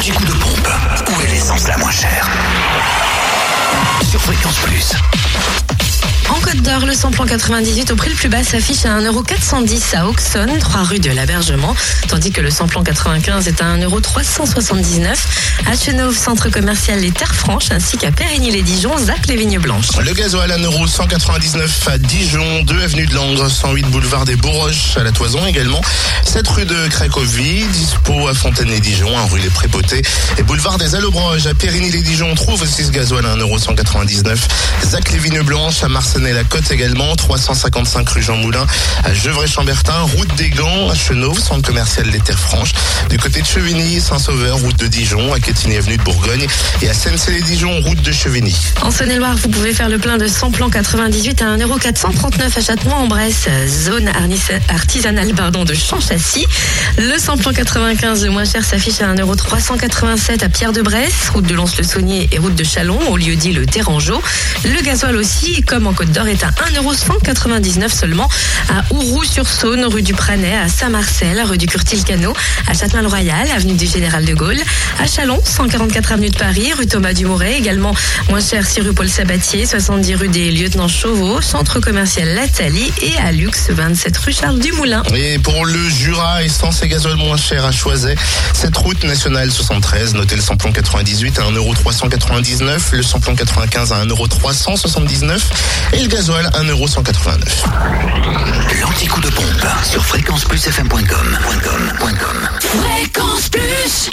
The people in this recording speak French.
L'anti-coup de pompe. Où est l'essence la moins chère? Sur Fréquence Plus. En Côte d'Or, le samplon 98 au prix le plus bas s'affiche à 1,410 € à Auxonne, 3 rue de l'Abergement, tandis que le samplon 95 est à 1,379 € à Chenauve, centre commercial Les Terres Franches, ainsi qu'à Périgny-les-Dijon, Zac les Vignes Blanches. Le gasoil à 1,199 € à Dijon, 2 avenue de Langres, 108 boulevard des Bourroches à la Toison également, 7 rue de Cracovie, dispo à Fontaine-les-Dijon, 1 rue Les Prépotés et boulevard des Allobroges à Périgny-les-Dijon. On trouve aussi ce gasoil à 1,199 €. Zac les Vignes Blanches à Marcenay-la-Côte également, 355 rue Jean Moulin à Gevrey-Chambertin, route des Gants à Chenauve, centre commercial Les Terres Franches. Du côté de Chevigny, Saint-Sauveur, route de Dijon, à Quetigny avenue de Bourgogne et à Sennecey-les-Dijon, route de Chevigny. En Saône-et-Loire, vous pouvez faire le plein de samplon 98 à 1,439 € à Châtenois-en-Bresse, zone artisanale de Champ-Châssis. Le samplon 95 le moins cher s'affiche à 1,387 € à Pierre-de-Bresse, route de Lons-le-Saunier et route de Châlons, au lieu dit le Terrangeau. Le gasoil aussi, comme en Côte d'Or, est à 1,199 € seulement à Ouroux-sur-Saône, rue du Pranay, à Saint-Marcel, rue du Curtil-Canot, à Châtelain-le-Royal, avenue du Général de Gaulle, à Châlons, 144 avenue de Paris, rue Thomas Dumouret, également moins cher 6 rue Paul Sabatier, 70 rue des Lieutenants Chauveau, centre commercial Lathalie et à Lux, 27 rue Charles Dumoulin. Et pour le Jura, essence et gasoil moins cher à Choiset, cette route nationale 73, notez le samplon 98 à 1,399 €, le samplon 95 à 1,379 € et le gasoil 1,189 €. L'anti-coup de pompe sur fréquenceplusfm.com. Fréquence Plus.